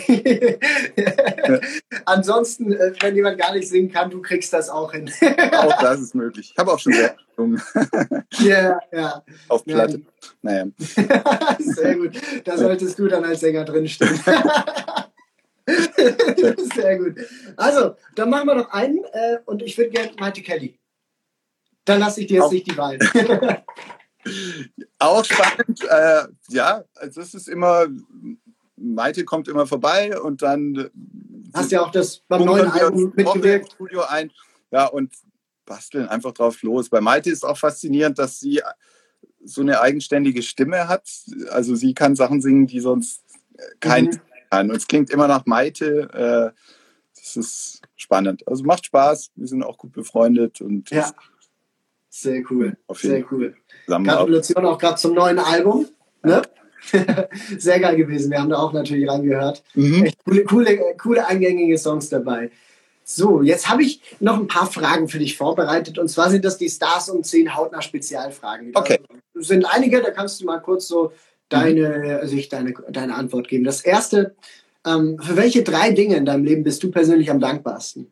Ansonsten, wenn jemand gar nicht singen kann, du kriegst das auch hin. Auch das ist möglich. Ich habe auch schon sehr gesungen. Ja. Auf Platte. Naja. Sehr gut. Da solltest du dann als Sänger drinstehen. Sehr gut. Also, dann machen wir noch einen und ich würde gerne Maite Kelly. Dann lasse ich dir jetzt nicht die Wahl. Auch spannend. Also es ist immer, Maite kommt immer vorbei und dann hast ja auch das beim neuen Album mitgewirkt. Studio ein. Ja, und basteln einfach drauf los. Bei Maite ist auch faszinierend, dass sie so eine eigenständige Stimme hat. Also sie kann Sachen singen, die sonst kein kann. Und es klingt immer nach Maite. Das ist spannend. Also macht Spaß. Wir sind auch gut befreundet. Und sehr cool. Sehr cool. Gratulation auch gerade zum neuen Album. Ne? Sehr geil gewesen. Wir haben da auch natürlich reingehört. Echt coole eingängige Songs dabei. So, jetzt habe ich noch ein paar Fragen für dich vorbereitet. Und zwar sind das die Stars um 10 hautnah Spezialfragen. Okay. Das sind einige, da kannst du mal kurz so deine Antwort geben. Das erste, für welche 3 Dinge in deinem Leben bist du persönlich am dankbarsten?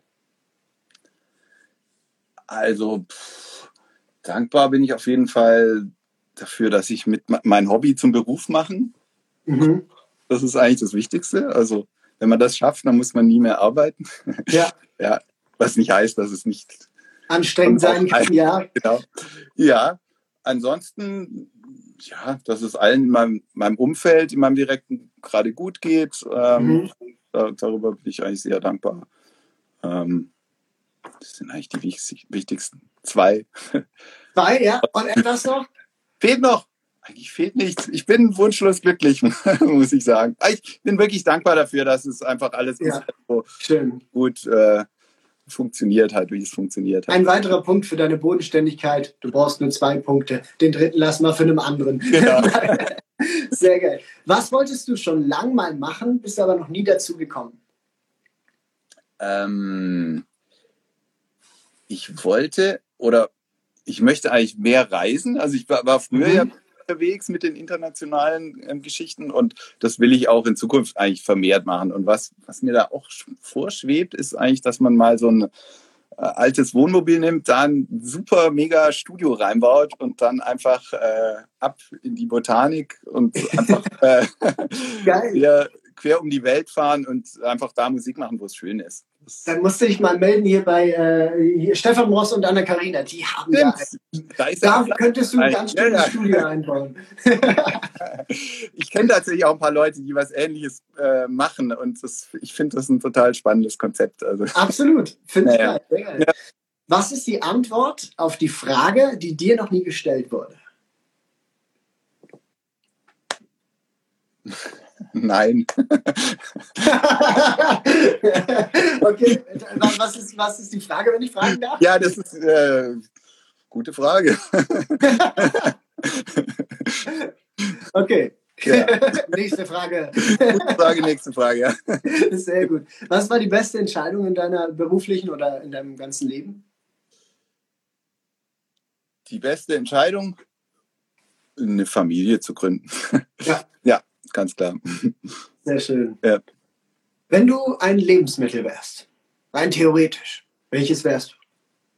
Also, dankbar bin ich auf jeden Fall dafür, dass ich mein Hobby zum Beruf machen. Das ist eigentlich das Wichtigste. Also, wenn man das schafft, dann muss man nie mehr arbeiten. Ja. Was nicht heißt, dass es nicht anstrengend sein kann, Genau. Ja, ansonsten, dass es allen in meinem Umfeld, in meinem Direkten gerade gut geht. Darüber bin ich eigentlich sehr dankbar. Das sind eigentlich die wichtigsten 2. 2, ja. Und etwas noch? Fehlt noch. Eigentlich fehlt nichts. Ich bin wunschlos glücklich, muss ich sagen. Ich bin wirklich dankbar dafür, dass es einfach alles so gut funktioniert hat, wie es funktioniert hat. Ein weiterer Punkt für deine Bodenständigkeit. Du brauchst nur 2 Punkte. Den dritten lassen wir für einen anderen. Genau. Sehr geil. Was wolltest du schon lang mal machen, bist aber noch nie dazu gekommen? Ich möchte eigentlich mehr reisen. Also ich war früher unterwegs mit den internationalen Geschichten und das will ich auch in Zukunft eigentlich vermehrt machen. Und was mir da auch vorschwebt, ist eigentlich, dass man mal so ein altes Wohnmobil nimmt, da ein super mega Studio reinbaut und dann einfach ab in die Botanik und einfach quer um die Welt fahren und einfach da Musik machen, wo es schön ist. Dann musst du dich mal melden hier bei Stefan Ross und Anna-Karina. Die haben da könntest du ein ganz schönes Studio einbauen. Ich kenne tatsächlich auch ein paar Leute, die was Ähnliches machen und ich finde das ein total spannendes Konzept. Also. Absolut, finde ich geil. Sehr geil. Ja. Was ist die Antwort auf die Frage, die dir noch nie gestellt wurde? Nein. Okay, was ist die Frage, wenn ich fragen darf? Ja, das ist gute Frage. Okay. Ja. Nächste Frage. Gute Frage, nächste Frage. Ja. Sehr gut. Was war die beste Entscheidung in deiner beruflichen oder in deinem ganzen Leben? Die beste Entscheidung, eine Familie zu gründen. Ja. Ja, ganz klar. Sehr schön. Ja. Wenn du ein Lebensmittel wärst, rein theoretisch, welches wärst du?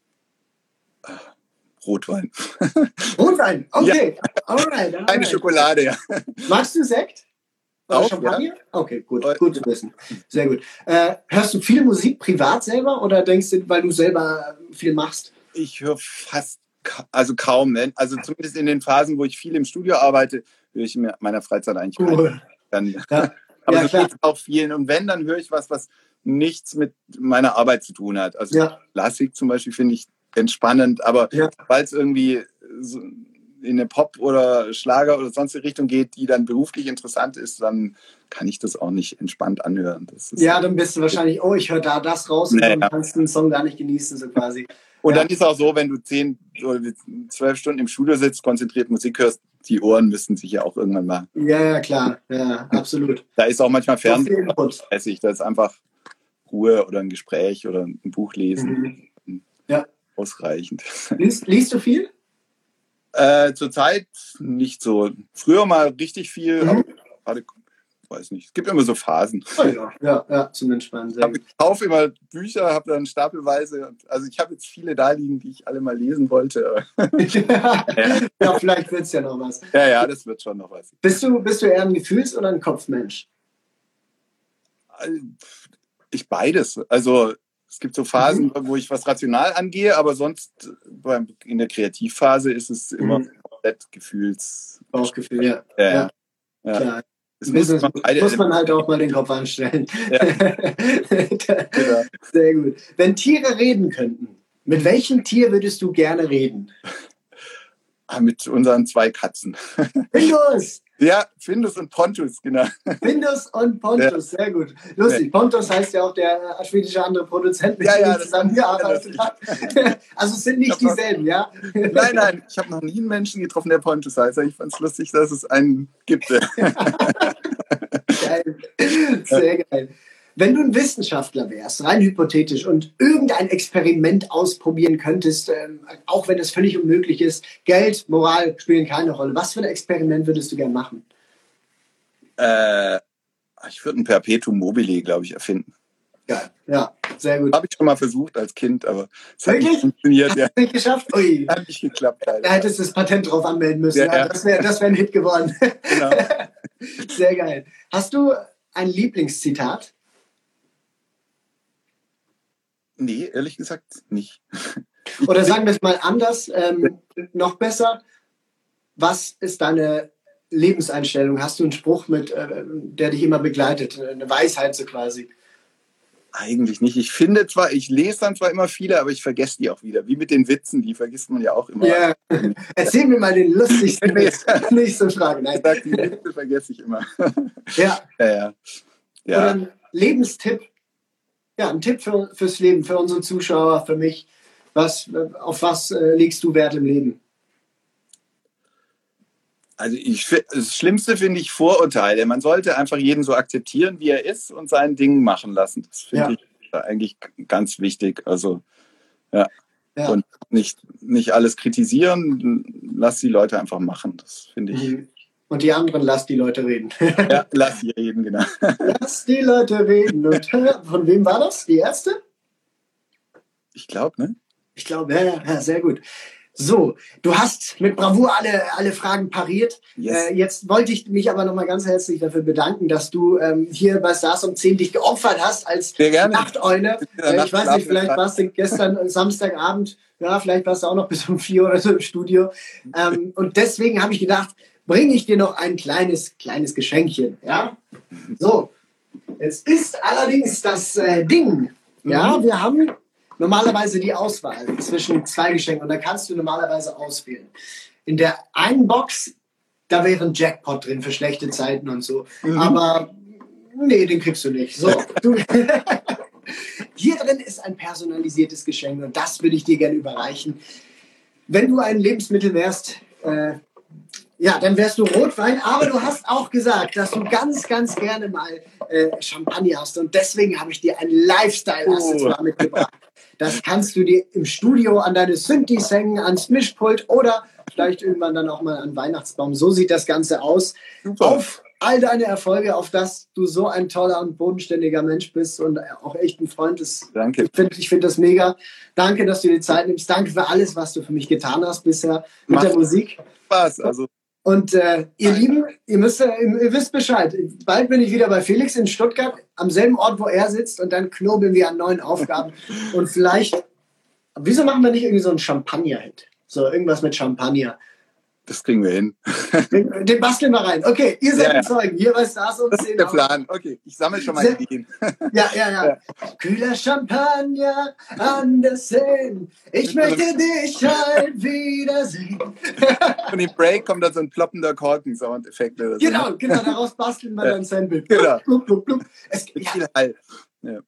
Rotwein. Rotwein, okay. Alright. Keine Schokolade, ja. Magst du Sekt? Oder Auch, Champagner? Ja. Okay, gut zu wissen. Ja. Sehr gut. Hörst du viel Musik privat selber oder denkst du, weil du selber viel machst? Ich höre fast, also kaum, ne? Also zumindest in den Phasen, wo ich viel im Studio arbeite, höre ich in meiner Freizeit eigentlich cool. Ja. Aber so geht es auch vielen. Und wenn, dann höre ich was nichts mit meiner Arbeit zu tun hat. Also Klassik zum Beispiel finde ich entspannend, aber weil es irgendwie so in eine Pop- oder Schlager- oder sonstige Richtung geht, die dann beruflich interessant ist, dann kann ich das auch nicht entspannt anhören. Das ist dann bist du wahrscheinlich, ich höre da das raus und dann kannst du den Song gar nicht genießen, so quasi. Und dann ist auch so, wenn du 10 oder 12 Stunden im Studio sitzt, konzentriert Musik hörst, die Ohren müssen sich ja auch irgendwann mal. Ja, klar, ja, absolut. Da ist auch manchmal Fernsehen stressig, da ist einfach Ruhe oder ein Gespräch oder ein Buch lesen. Ausreichend. Liest du viel? Zurzeit nicht so. Früher mal richtig viel, aber gerade, weiß nicht. Es gibt immer so Phasen. Oh ja, zum Entspannen. Ich kaufe immer Bücher, habe dann stapelweise. Also ich habe jetzt viele da liegen, die ich alle mal lesen wollte. Ja, vielleicht wird es ja noch was. Ja, das wird schon noch was. Bist du eher ein Gefühls- oder ein Kopfmensch? Ich beides. Also es gibt so Phasen, wo ich was rational angehe, aber sonst in der Kreativphase ist es immer komplett Bauchgefühl, ja. Klar. Das muss man halt auch mal den Kopf anstellen. Ja. Genau. Sehr gut. Wenn Tiere reden könnten, mit welchem Tier würdest du gerne reden? Mit unseren 2 Katzen. Findus! Ja, Findus und Pontus, genau. Findus und Pontus, sehr gut. Lustig, Pontus heißt ja auch der schwedische andere Produzent, mit dem ich zusammengearbeitet habe. Also es sind nicht dieselben, ja? Nein, ich habe noch nie einen Menschen getroffen, der Pontus heißt. Ich fand es lustig, dass es einen gibt. Geil, sehr geil. Wenn du ein Wissenschaftler wärst, rein hypothetisch, und irgendein Experiment ausprobieren könntest, auch wenn es völlig unmöglich ist, Geld, Moral spielen keine Rolle. Was für ein Experiment würdest du gerne machen? Ich würde ein Perpetuum mobile, glaube ich, erfinden. Geil, ja, sehr gut. Habe ich schon mal versucht als Kind, aber es hat nicht funktioniert. Hast du nicht geschafft? Ui. Hat nicht geklappt. Leider. Da hättest du das Patent drauf anmelden müssen. Ja. Das wär ein Hit geworden. Genau. Sehr geil. Hast du ein Lieblingszitat? Nee, ehrlich gesagt nicht. Oder sagen wir es mal anders, noch besser. Was ist deine Lebenseinstellung? Hast du einen Spruch, der dich immer begleitet? Eine Weisheit so quasi? Eigentlich nicht. Ich lese dann zwar immer viele, aber ich vergesse die auch wieder. Wie mit den Witzen, die vergisst man ja auch immer. Ja. Erzähl mir mal den lustigsten Witz. Nicht so fragen. Nein. Die Witze vergesse ich immer. Ja. Ja. Oder ein Lebenstipp. Ja, ein Tipp fürs Leben, für unsere Zuschauer, für mich. Auf was legst du Wert im Leben? Also das Schlimmste finde ich Vorurteile. Man sollte einfach jeden so akzeptieren, wie er ist und sein Ding machen lassen. Das finde ich eigentlich ganz wichtig. Also und nicht alles kritisieren. Lass die Leute einfach machen. Das finde ich. Und die anderen, lass die Leute reden. Ja, lass die reden, genau. Lass die Leute reden. Und von wem war das? Die erste? Ich glaube, ne? Ich glaube, ja, sehr gut. So, du hast mit Bravour alle Fragen pariert. Yes. Jetzt wollte ich mich aber nochmal ganz herzlich dafür bedanken, dass du hier bei Stars um 10 dich geopfert hast als Nachteule. Ich weiß nicht, vielleicht warst du gestern Samstagabend, vielleicht warst du auch noch bis um 4 oder so im Studio. Und deswegen habe ich gedacht, bringe ich dir noch ein kleines Geschenkchen. Ja? So, jetzt ist allerdings das Ding. Ja, wir haben normalerweise die Auswahl zwischen 2 Geschenken und da kannst du normalerweise auswählen. In der einen Box da wäre ein Jackpot drin für schlechte Zeiten und so. Aber nee, den kriegst du nicht. So, hier drin ist ein personalisiertes Geschenk und das würde ich dir gerne überreichen. Wenn du ein Lebensmittel wärst, dann wärst du Rotwein, aber du hast auch gesagt, dass du ganz, ganz gerne mal Champagner hast und deswegen habe ich dir ein Lifestyle-Accessoire mitgebracht. Das kannst du dir im Studio an deine Synthes hängen, ans Mischpult oder vielleicht irgendwann dann auch mal an den Weihnachtsbaum. So sieht das Ganze aus. Super. Auf all deine Erfolge, auf dass du so ein toller und bodenständiger Mensch bist und auch echt ein Freund ist. Danke. Ich find das mega. Danke, dass du dir Zeit nimmst. Danke für alles, was du für mich getan hast bisher mit der Musik. Spaß, also. Und ihr Lieben, ihr wisst Bescheid. Bald bin ich wieder bei Felix in Stuttgart, am selben Ort, wo er sitzt und dann knobeln wir an neuen Aufgaben. Und vielleicht, wieso machen wir nicht irgendwie so einen Champagner-Hit? So irgendwas mit Champagner. Das kriegen wir hin. Den basteln wir rein. Okay, ihr seid die Zeugen. Hier bei Stars und 10. Das ist der Plan. Okay, ich sammle schon mal Ideen. Ja. Kühler Champagner an der Seine. Ich möchte dich halt wiedersehen. Und im Break kommt dann so ein ploppender Korken-Soundeffekt. Genau, daraus basteln wir dann Sample. Genau. Blub, blub, blub. Viel Hall. Ja.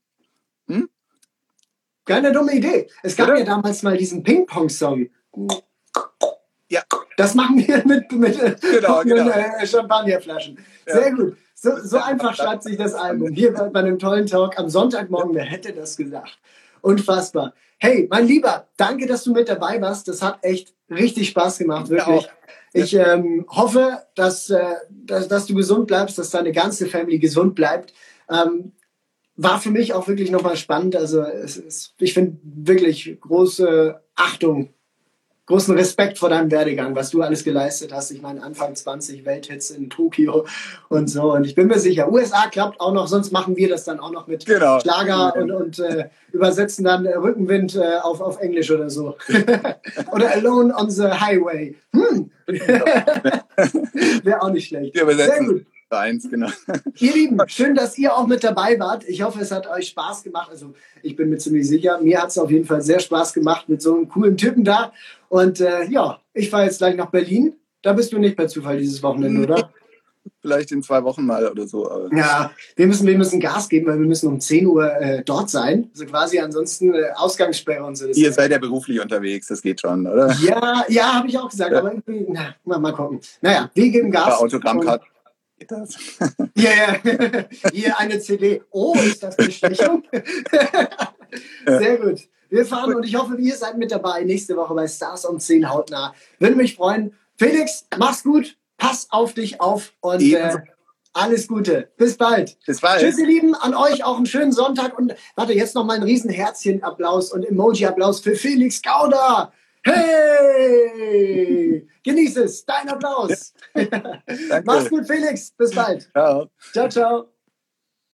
Keine dumme Idee. Es gab ja damals mal diesen Ping-Pong-Song. Ja. Das machen wir mit Champagnerflaschen. Sehr gut. So einfach schreibt sich das Album. Hier bei einem tollen Talk am Sonntagmorgen. Wer hätte das gesagt? Unfassbar. Hey, mein Lieber, danke, dass du mit dabei warst. Das hat echt richtig Spaß gemacht, wirklich. Ich hoffe, dass du gesund bleibst, dass deine ganze Family gesund bleibt. War für mich auch wirklich nochmal spannend. Also ich finde wirklich große Achtung, großen Respekt vor deinem Werdegang, was du alles geleistet hast. Ich meine, Anfang 20 Welthits in Tokio und so. Und ich bin mir sicher, USA klappt auch noch, sonst machen wir das dann auch noch mit Schlager und übersetzen dann Rückenwind auf Englisch oder so. Oder Alone on the Highway. Wäre auch nicht schlecht. Sehr gut. Genau. Ihr Lieben, schön, dass ihr auch mit dabei wart. Ich hoffe, es hat euch Spaß gemacht. Also ich bin mir ziemlich sicher, mir hat es auf jeden Fall sehr Spaß gemacht mit so einem coolen Typen da. Und ich fahre jetzt gleich nach Berlin. Da bist du nicht per Zufall dieses Wochenende, oder? Vielleicht in 2 Wochen mal oder so. Aber ja, wir müssen Gas geben, weil wir müssen um 10 Uhr dort sein. Also quasi ansonsten Ausgangssperre und so. Ihr seid ja beruflich unterwegs, das geht schon, oder? Ja, habe ich auch gesagt. Ja. Aber irgendwie, mal gucken. Naja, wir geben Gas. Autogrammkarte. Ja. Hier eine CD. Oh, ist das Bestechung? Sehr gut. Wir fahren und ich hoffe, ihr seid mit dabei nächste Woche bei Stars um 10 hautnah. Würde mich freuen. Felix, mach's gut. Pass auf dich auf und alles Gute. Bis bald. Bis bald. Tschüss, ihr Lieben. An euch auch einen schönen Sonntag. Und warte, jetzt noch mal ein riesen Herzchen-Applaus und Emoji-Applaus für Felix Gauder. Hey! Genieß es. Dein Applaus. Danke. Mach's gut, Felix. Bis bald. Ciao. Ciao, ciao.